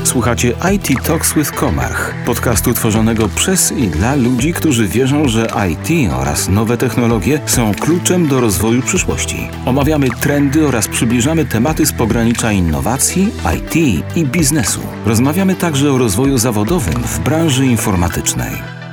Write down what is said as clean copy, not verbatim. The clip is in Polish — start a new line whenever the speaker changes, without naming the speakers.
Słuchacie IT Talks with Comarch, podcastu tworzonego przez i dla ludzi, którzy wierzą, że IT oraz nowe technologie są kluczem do rozwoju przyszłości. Omawiamy trendy oraz przybliżamy tematy z pogranicza innowacji, IT i biznesu. Rozmawiamy także o rozwoju zawodowym w branży informatycznej.